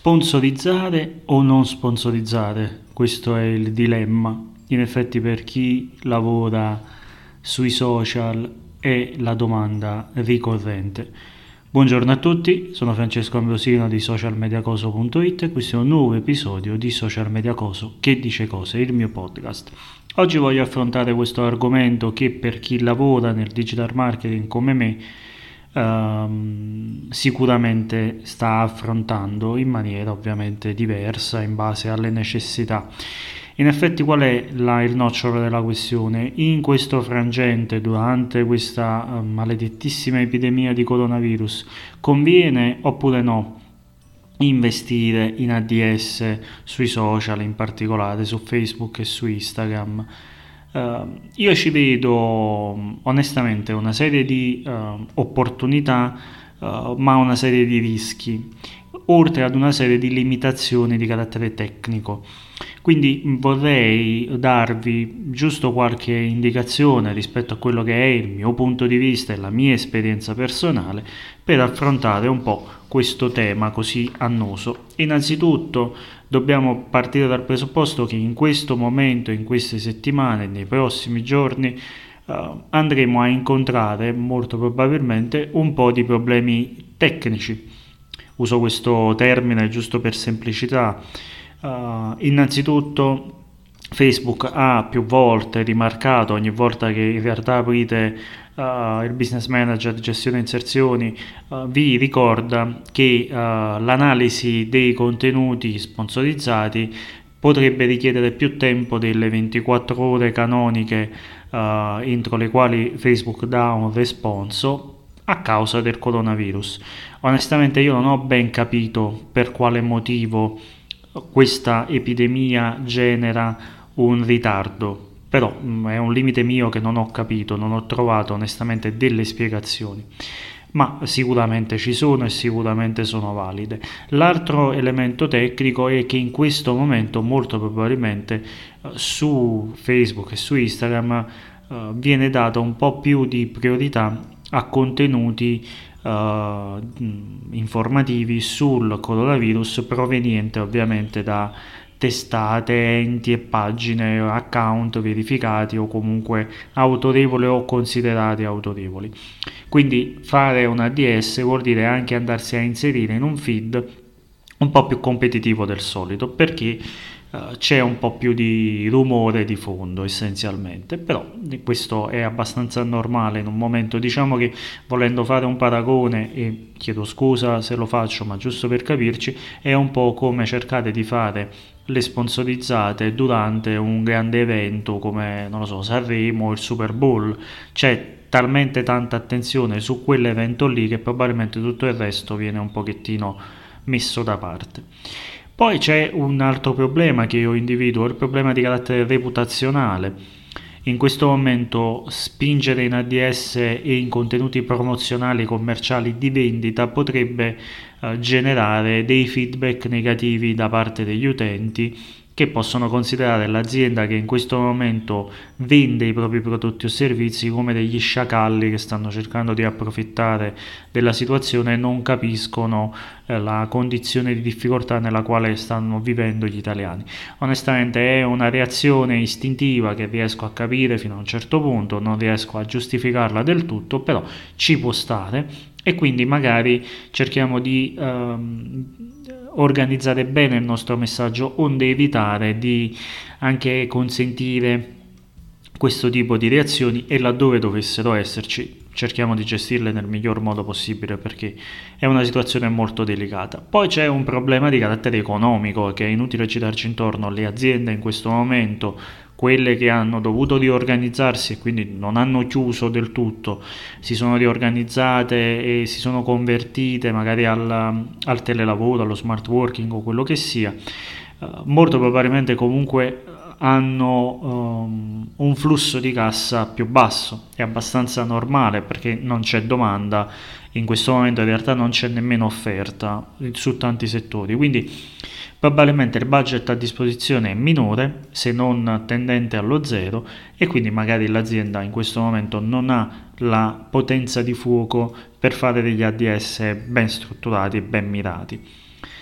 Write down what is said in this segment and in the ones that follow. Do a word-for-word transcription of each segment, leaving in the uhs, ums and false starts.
Sponsorizzare o non sponsorizzare? Questo è il dilemma. In effetti per chi lavora sui social è la domanda ricorrente. Buongiorno a tutti, sono Francesco Ambrosino di socialmediacoso punto it e questo è un nuovo episodio di Social Media Coso che dice cose, il mio podcast. Oggi voglio affrontare questo argomento che per chi lavora nel digital marketing come me Uh, sicuramente sta affrontando in maniera ovviamente diversa in base alle necessità. In effetti qual è la, il nocciolo della questione? In questo frangente, durante questa uh, maledettissima epidemia di coronavirus, conviene oppure no investire in A D S sui social, in particolare su Facebook e su Instagram? Uh, io ci vedo onestamente una serie di uh, opportunità, uh, ma una serie di rischi, oltre ad una serie di limitazioni di carattere tecnico. Quindi vorrei darvi giusto qualche indicazione rispetto a quello che è il mio punto di vista e la mia esperienza personale per affrontare un po' questo tema così annoso. Innanzitutto dobbiamo partire dal presupposto che in questo momento, in queste settimane, nei prossimi giorni uh, andremo a incontrare molto probabilmente un po' di problemi tecnici. Uso questo termine giusto per semplicità. Uh, innanzitutto Facebook ha più volte rimarcato, ogni volta che in realtà aprite uh, il business manager di gestione inserzioni, uh, vi ricorda che uh, l'analisi dei contenuti sponsorizzati potrebbe richiedere più tempo delle ventiquattro ore canoniche uh, entro le quali Facebook dà un responso a causa del coronavirus. Onestamente io non ho ben capito per quale motivo questa epidemia genera un ritardo, però è un limite mio che non ho capito, non ho trovato onestamente delle spiegazioni, ma sicuramente ci sono e sicuramente sono valide. L'altro elemento tecnico è che in questo momento molto probabilmente su Facebook e su Instagram uh, viene data un po' più di priorità a contenuti Uh, informativi sul coronavirus proveniente ovviamente da testate, enti e pagine, account verificati o comunque autorevoli o considerati autorevoli. Quindi fare un A D S vuol dire anche andarsi a inserire in un feed un po' più competitivo del solito, perché Uh, c'è un po' più di rumore di fondo essenzialmente, però questo è abbastanza normale in un momento, diciamo che volendo fare un paragone, e chiedo scusa se lo faccio ma giusto per capirci, è un po' come cercare di fare le sponsorizzate durante un grande evento come, non lo so, Sanremo o il Super Bowl. C'è talmente tanta attenzione su quell'evento lì che probabilmente tutto il resto viene un pochettino messo da parte. Poi c'è un altro problema che io individuo, il problema di carattere reputazionale. In questo momento spingere in A D S e in contenuti promozionali commerciali di vendita potrebbe eh, generare dei feedback negativi da parte degli utenti, che possono considerare l'azienda che in questo momento vende i propri prodotti o servizi come degli sciacalli che stanno cercando di approfittare della situazione e non capiscono eh, la condizione di difficoltà nella quale stanno vivendo gli italiani. Onestamente è una reazione istintiva che riesco a capire fino a un certo punto, non riesco a giustificarla del tutto, però ci può stare e quindi magari cerchiamo di ehm, organizzare bene il nostro messaggio onde evitare di anche consentire questo tipo di reazioni, e laddove dovessero esserci cerchiamo di gestirle nel miglior modo possibile, perché è una situazione molto delicata. Poi c'è un problema di carattere economico che è inutile girarci intorno. Le aziende in questo momento, quelle che hanno dovuto riorganizzarsi e quindi non hanno chiuso del tutto, si sono riorganizzate e si sono convertite magari al, al telelavoro, allo smart working o quello che sia, uh, molto probabilmente comunque hanno um, un flusso di cassa più basso. È abbastanza normale perché non c'è domanda in questo momento, in realtà non c'è nemmeno offerta su tanti settori, quindi probabilmente il budget a disposizione è minore, se non tendente allo zero, e quindi magari l'azienda in questo momento non ha la potenza di fuoco per fare degli A D S ben strutturati e ben mirati.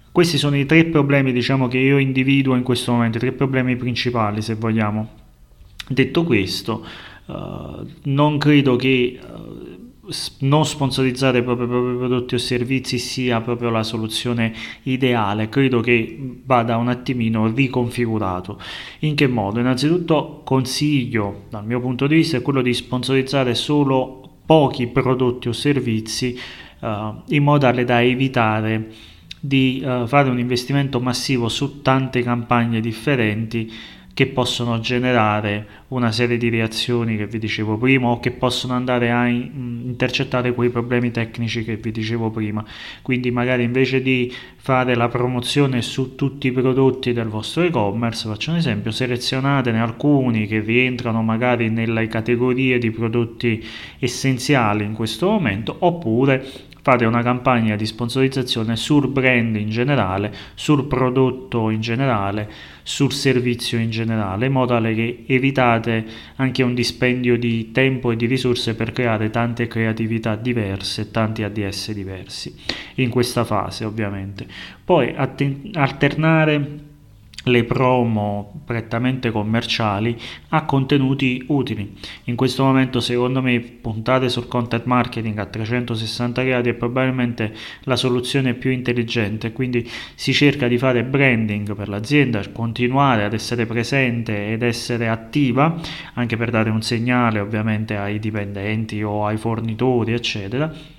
Questi sono i tre problemi, diciamo, che io individuo in questo momento, i tre problemi principali, se vogliamo. Detto questo, uh, non credo che uh, non sponsorizzare i propri, propri prodotti o servizi sia proprio la soluzione ideale. Credo che vada un attimino riconfigurato. In che modo? Innanzitutto consiglio, dal mio punto di vista, è quello di sponsorizzare solo pochi prodotti o servizi, uh, in modo tale da evitare di uh, fare un investimento massivo su tante campagne differenti che possono generare una serie di reazioni che vi dicevo prima, o che possono andare a in- intercettare quei problemi tecnici che vi dicevo prima. Quindi magari invece di fare la promozione su tutti i prodotti del vostro e-commerce, faccio un esempio, selezionatene alcuni che rientrano magari nelle categorie di prodotti essenziali in questo momento, oppure fate una campagna di sponsorizzazione sul brand in generale, sul prodotto in generale, sul servizio in generale, in modo tale che evitate anche un dispendio di tempo e di risorse per creare tante creatività diverse, tanti A D S diversi in questa fase, ovviamente. Poi atten- alternare le promo prettamente commerciali a contenuti utili. In questo momento, secondo me, puntare sul content marketing a trecentosessanta gradi è probabilmente la soluzione più intelligente, quindi si cerca di fare branding per l'azienda, continuare ad essere presente ed essere attiva, anche per dare un segnale ovviamente ai dipendenti o ai fornitori, eccetera.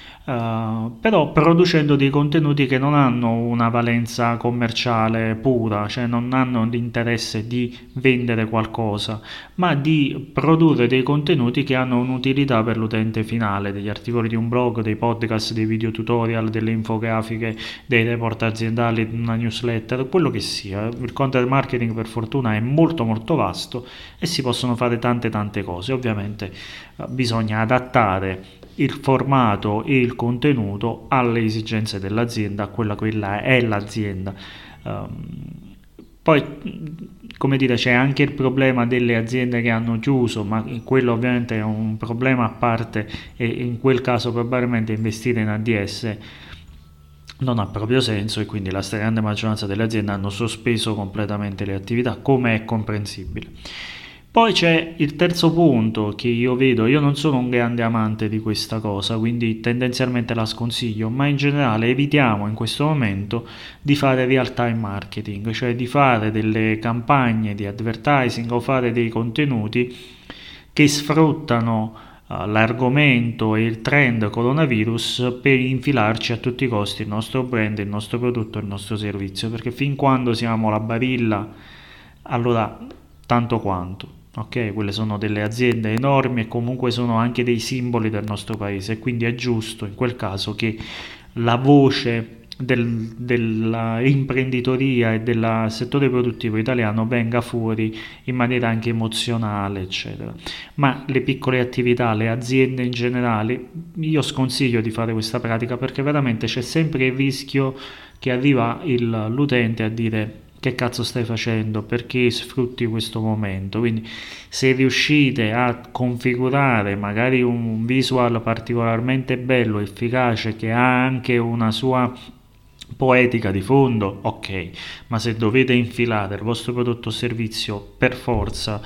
Uh, però producendo dei contenuti che non hanno una valenza commerciale pura, cioè non hanno l'interesse di vendere qualcosa, ma di produrre dei contenuti che hanno un'utilità per l'utente finale, degli articoli di un blog, dei podcast, dei video tutorial, delle infografiche, dei report aziendali, una newsletter, quello che sia. Il content marketing, per fortuna, è molto molto vasto e si possono fare tante tante cose. Ovviamente uh, bisogna adattare il formato e il contenuto alle esigenze dell'azienda, quella quella è l'azienda. Um, poi, come dire, c'è anche il problema delle aziende che hanno chiuso, ma quello ovviamente è un problema a parte, e in quel caso probabilmente investire in A D S non ha proprio senso, e quindi la stragrande maggioranza delle aziende hanno sospeso completamente le attività, come è comprensibile. Poi c'è il terzo punto che io vedo. Io non sono un grande amante di questa cosa, quindi tendenzialmente la sconsiglio, ma in generale evitiamo in questo momento di fare real time marketing, cioè di fare delle campagne di advertising o fare dei contenuti che sfruttano uh, l'argomento e il trend coronavirus per infilarci a tutti i costi il nostro brand, il nostro prodotto, il nostro servizio, perché fin quando siamo la Barilla, allora tanto quanto. Ok, quelle sono delle aziende enormi e comunque sono anche dei simboli del nostro paese, e quindi è giusto in quel caso che la voce del, dell'imprenditoria e del settore produttivo italiano venga fuori in maniera anche emozionale, eccetera. Ma le piccole attività, le aziende in generale, io sconsiglio di fare questa pratica, perché veramente c'è sempre il rischio che arriva il, l'utente a dire: che cazzo stai facendo? Perché sfrutti questo momento? Quindi se riuscite a configurare magari un visual particolarmente bello, efficace, che ha anche una sua poetica di fondo, ok, ma se dovete infilare il vostro prodotto o servizio per forza, uh,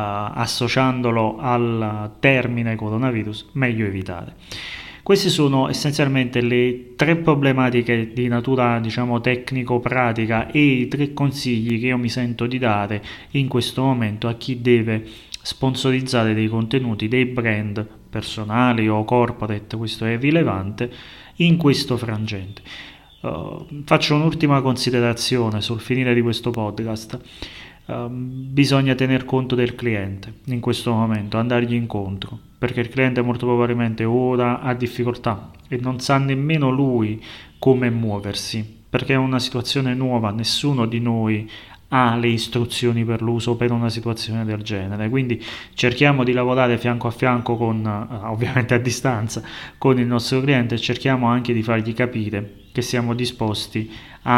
associandolo al termine coronavirus, meglio evitare. Queste sono essenzialmente le tre problematiche di natura, diciamo, tecnico-pratica, e i tre consigli che io mi sento di dare in questo momento a chi deve sponsorizzare dei contenuti, dei brand personali o corporate, questo è rilevante, in questo frangente. Uh, faccio un'ultima considerazione sul finire di questo podcast. Uh, bisogna tener conto del cliente in questo momento, andargli incontro, perché il cliente molto probabilmente ora ha difficoltà e non sa nemmeno lui come muoversi, perché è una situazione nuova, nessuno di noi ha le istruzioni per l'uso per una situazione del genere. Quindi cerchiamo di lavorare fianco a fianco con, ovviamente a distanza, con il nostro cliente, e cerchiamo anche di fargli capire che siamo disposti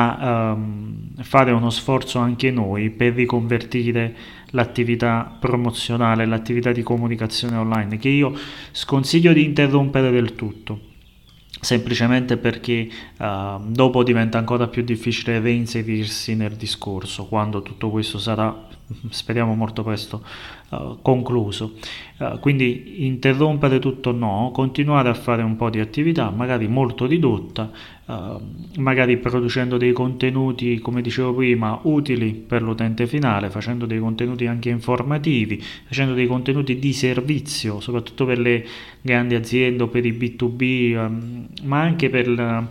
a um, fare uno sforzo anche noi per riconvertire l'attività promozionale, l'attività di comunicazione online, che io sconsiglio di interrompere del tutto, semplicemente perché uh, dopo diventa ancora più difficile reinserirsi nel discorso quando tutto questo sarà, speriamo molto presto, uh, concluso. Uh, quindi interrompere tutto no, continuare a fare un po' di attività, magari molto ridotta, uh, magari producendo dei contenuti, come dicevo prima, utili per l'utente finale, facendo dei contenuti anche informativi, facendo dei contenuti di servizio, soprattutto per le grandi aziende o per i B due B, um, ma anche per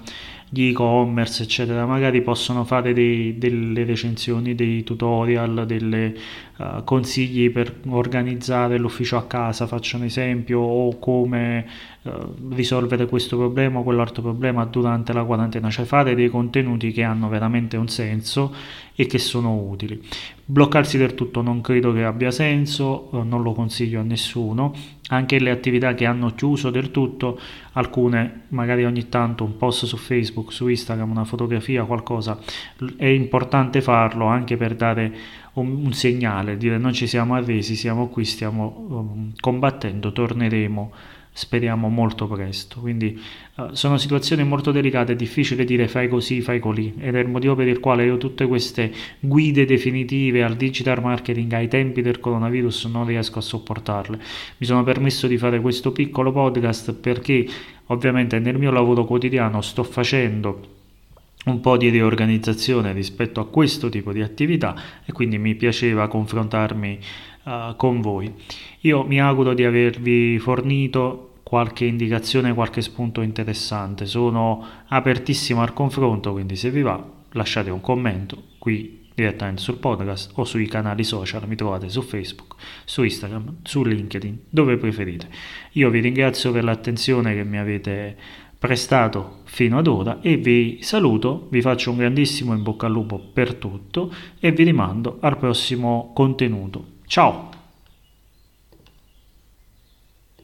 gli e-commerce, eccetera. Magari possono fare dei, delle recensioni, dei tutorial, delle uh, consigli per organizzare l'ufficio a casa, faccio un esempio, o come uh, risolvere questo problema o quell'altro problema durante la quarantena, cioè fare dei contenuti che hanno veramente un senso e che sono utili. Bloccarsi del tutto non credo che abbia senso, non lo consiglio a nessuno. Anche le attività che hanno chiuso del tutto, alcune magari ogni tanto un post su Facebook, su Instagram, una fotografia, qualcosa, è importante farlo anche per dare un, un segnale, dire non ci siamo arresi, siamo qui, stiamo um, combattendo, torneremo, speriamo molto presto. Quindi uh, sono situazioni molto delicate, è difficile dire fai così, fai così, ed è il motivo per il quale io tutte queste guide definitive al digital marketing ai tempi del coronavirus non riesco a sopportarle. Mi sono permesso di fare questo piccolo podcast perché ovviamente nel mio lavoro quotidiano sto facendo un po' di riorganizzazione rispetto a questo tipo di attività e quindi mi piaceva confrontarmi uh, con voi. Io mi auguro di avervi fornito qualche indicazione, qualche spunto interessante. Sono apertissimo al confronto, quindi se vi va lasciate un commento qui direttamente sul podcast o sui canali social, mi trovate su Facebook, su Instagram, su LinkedIn, dove preferite. Io vi ringrazio per l'attenzione che mi avete prestato fino ad ora e vi saluto, vi faccio un grandissimo in bocca al lupo per tutto e vi rimando al prossimo contenuto. Ciao!